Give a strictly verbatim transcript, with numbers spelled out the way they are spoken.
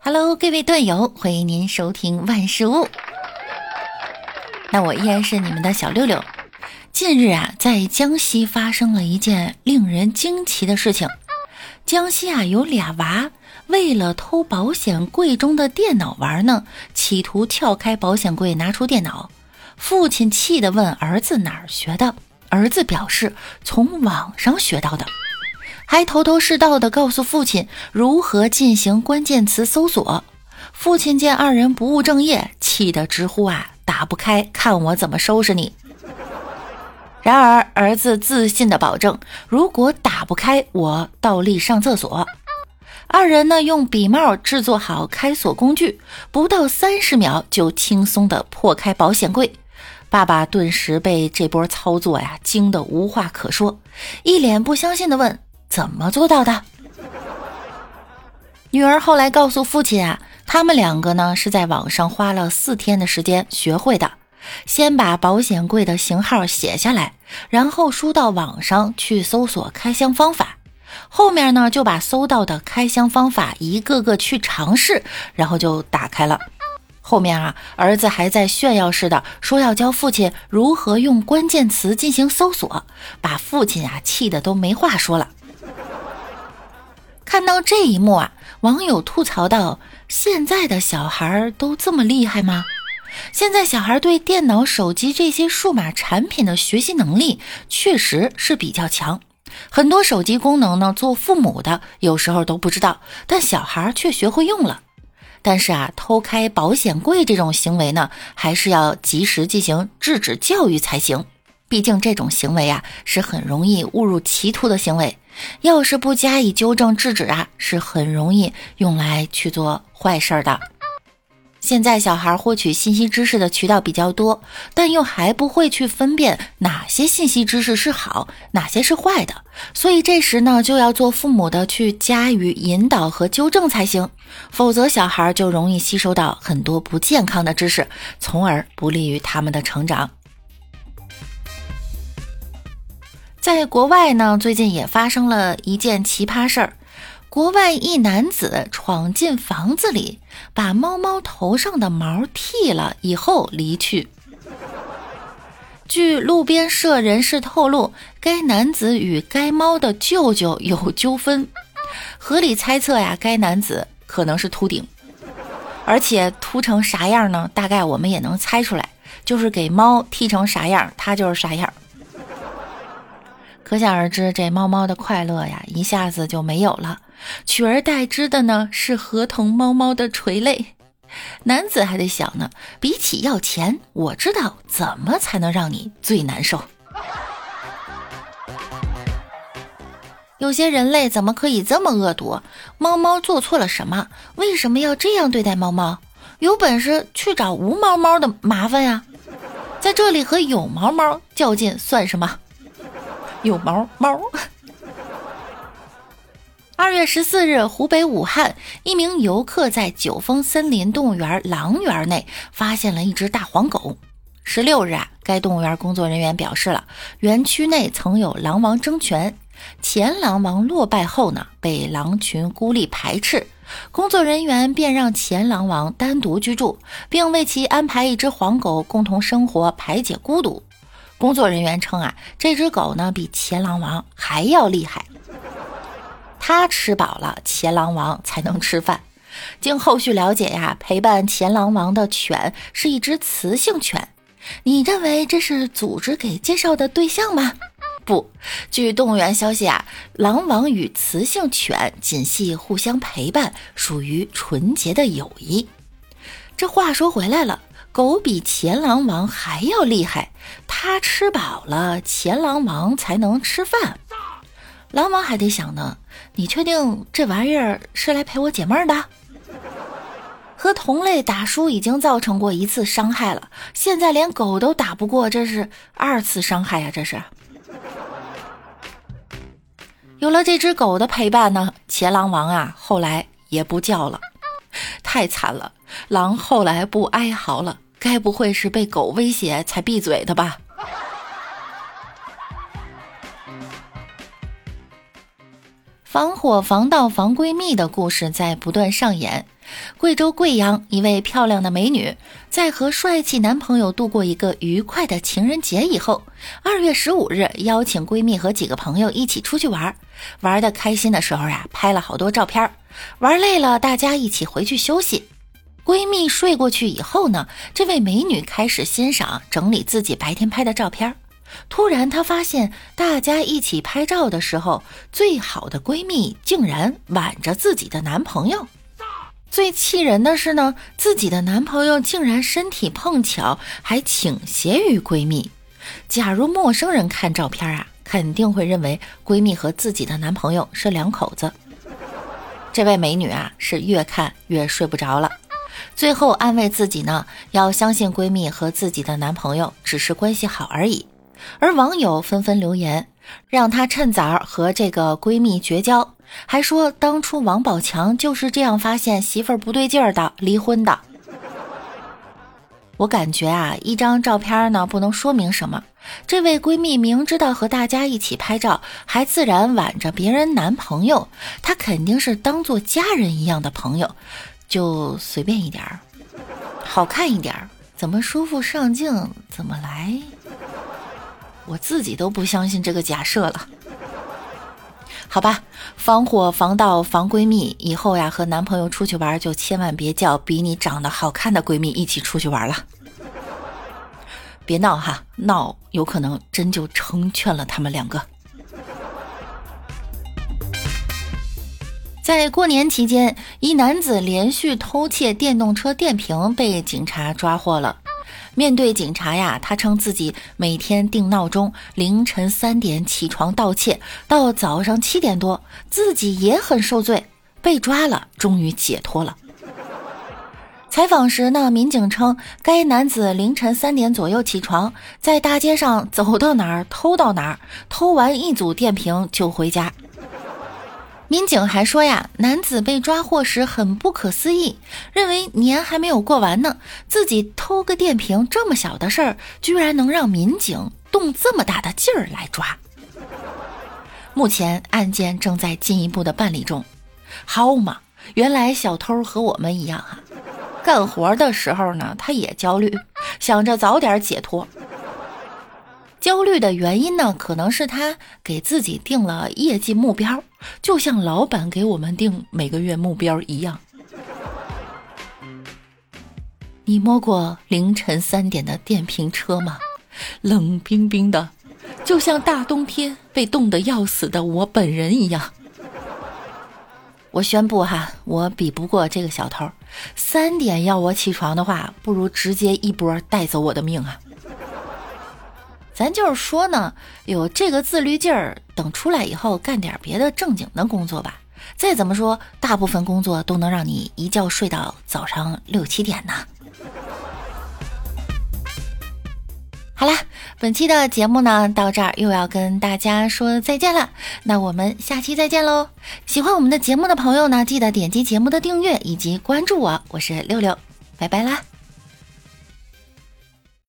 Hello， 各位段友，欢迎您收听万事屋。那我依然是你们的小六六。近日啊，在江西发生了一件令人惊奇的事情。江西啊，有俩娃为了偷保险柜中的电脑玩呢，企图撬开保险柜拿出电脑。父亲气地问儿子哪儿学的，儿子表示从网上学到的，还头头是道地告诉父亲如何进行关键词搜索。父亲见二人不务正业，气得直呼啊，打不开，看我怎么收拾你。然而儿子自信地保证，如果打不开，我倒立上厕所。二人呢，用笔帽制作好开锁工具，不到三十秒就轻松地破开保险柜。爸爸顿时被这波操作呀惊得无话可说，一脸不相信地问：怎么做到的？女儿后来告诉父亲啊，他们两个呢是在网上花了四天的时间学会的。先把保险柜的型号写下来，然后输到网上去搜索开箱方法，后面呢就把搜到的开箱方法一个个去尝试，然后就打开了。后面啊，儿子还在炫耀似的说要教父亲如何用关键词进行搜索，把父亲啊气得都没话说了。看到这一幕啊，网友吐槽道：现在的小孩都这么厉害吗？现在小孩对电脑、手机这些数码产品的学习能力确实是比较强，很多手机功能呢，做父母的有时候都不知道，但小孩却学会用了。但是啊，偷开保险柜这种行为呢，还是要及时进行制止教育才行。毕竟这种行为啊，是很容易误入歧途的行为，要是不加以纠正制止啊，是很容易用来去做坏事的。现在小孩获取信息知识的渠道比较多，但又还不会去分辨哪些信息知识是好，哪些是坏的，所以这时呢，就要做父母的去加以引导和纠正才行，否则小孩就容易吸收到很多不健康的知识，从而不利于他们的成长。在国外呢，最近也发生了一件奇葩事儿。国外一男子闯进房子里，把猫猫头上的毛剃了以后离去。据路边社人士透露，该男子与该猫的舅舅有纠纷，合理猜测呀，该男子可能是秃顶，而且秃成啥样呢？大概我们也能猜出来，就是给猫剃成啥样，它就是啥样。可想而知，这猫猫的快乐呀，一下子就没有了，取而代之的呢是合同猫猫的垂泪。男子还得想呢，比起要钱，我知道怎么才能让你最难受。有些人类怎么可以这么恶毒？猫猫做错了什么？为什么要这样对待猫猫？有本事去找无毛猫的麻烦呀！在这里和有毛猫较劲算什么？有毛猫。二月十四日，湖北武汉一名游客在九峰森林动物园狼园内发现了一只大黄狗。十六日啊，该动物园工作人员表示了，园区内曾有狼王争权，前狼王落败后呢，被狼群孤立排斥，工作人员便让前狼王单独居住，并为其安排一只黄狗共同生活，排解孤独。工作人员称啊，这只狗呢比前狼王还要厉害，它吃饱了，前狼王才能吃饭。经后续了解呀，陪伴前狼王的犬是一只雌性犬。你认为这是组织给介绍的对象吗？不，据动物园消息啊，狼王与雌性犬仅系互相陪伴，属于纯洁的友谊。这话说回来了，狗比前狼王还要厉害，它吃饱了，前狼王才能吃饭。狼王还得想呢，你确定这玩意儿是来陪我解闷的？和同类打输已经造成过一次伤害了，现在连狗都打不过，这是二次伤害呀！这是。有了这只狗的陪伴呢，前狼王啊，后来也不叫了，太惨了。狼后来不哀嚎了，该不会是被狗威胁才闭嘴的吧？ 防火防盗防闺蜜的故事在不断上演。贵州贵阳一位漂亮的美女，在和帅气男朋友度过一个愉快的情人节以后，二月十五日邀请闺蜜和几个朋友一起出去玩。玩得开心的时候呀、啊，拍了好多照片。玩累了，大家一起回去休息。闺蜜睡过去以后呢，这位美女开始欣赏整理自己白天拍的照片。突然她发现大家一起拍照的时候，最好的闺蜜竟然挽着自己的男朋友。最气人的是呢，自己的男朋友竟然身体碰巧还倾斜于闺蜜。假如陌生人看照片啊，肯定会认为闺蜜和自己的男朋友是两口子。这位美女啊，是越看越睡不着了。最后安慰自己呢，要相信闺蜜和自己的男朋友只是关系好而已。而网友纷纷留言，让她趁早和这个闺蜜绝交，还说当初王宝强就是这样发现媳妇儿不对劲儿的，离婚的。我感觉啊，一张照片呢不能说明什么。这位闺蜜明知道和大家一起拍照，还自然挽着别人男朋友，她肯定是当做家人一样的朋友，就随便一点儿，好看一点儿，怎么舒服上镜怎么来。我自己都不相信这个假设了。好吧，防火防盗防闺蜜，以后呀和男朋友出去玩就千万别叫比你长得好看的闺蜜一起出去玩了。别闹哈，闹有可能真就成全了他们两个。在过年期间，一男子连续偷窃电动车电瓶被警察抓获了。面对警察呀，他称自己每天定闹钟，凌晨三点起床盗窃，到早上七点多，自己也很受罪，被抓了，终于解脱了。采访时呢，民警称该男子凌晨三点左右起床，在大街上走到哪儿偷到哪儿，偷完一组电瓶就回家。民警还说呀，男子被抓获时很不可思议，认为年还没有过完呢，自己偷个电瓶这么小的事儿，居然能让民警动这么大的劲儿来抓。目前案件正在进一步的办理中。好嘛，原来小偷和我们一样啊，干活的时候呢，他也焦虑，想着早点解脱。焦虑的原因呢，可能是他给自己定了业绩目标，就像老板给我们定每个月目标一样。你摸过凌晨三点的电瓶车吗？冷冰冰的，就像大冬天被冻得要死的我本人一样。我宣布哈，我比不过这个小偷，三点要我起床的话，不如直接一波带走我的命啊！咱就是说呢，有这个自律劲儿，等出来以后干点别的正经的工作吧。再怎么说，大部分工作都能让你一觉睡到早上六七点呢。好啦，本期的节目呢，到这儿又要跟大家说再见了。那我们下期再见喽！喜欢我们的节目的朋友呢，记得点击节目的订阅以及关注我，我是六六，拜拜啦。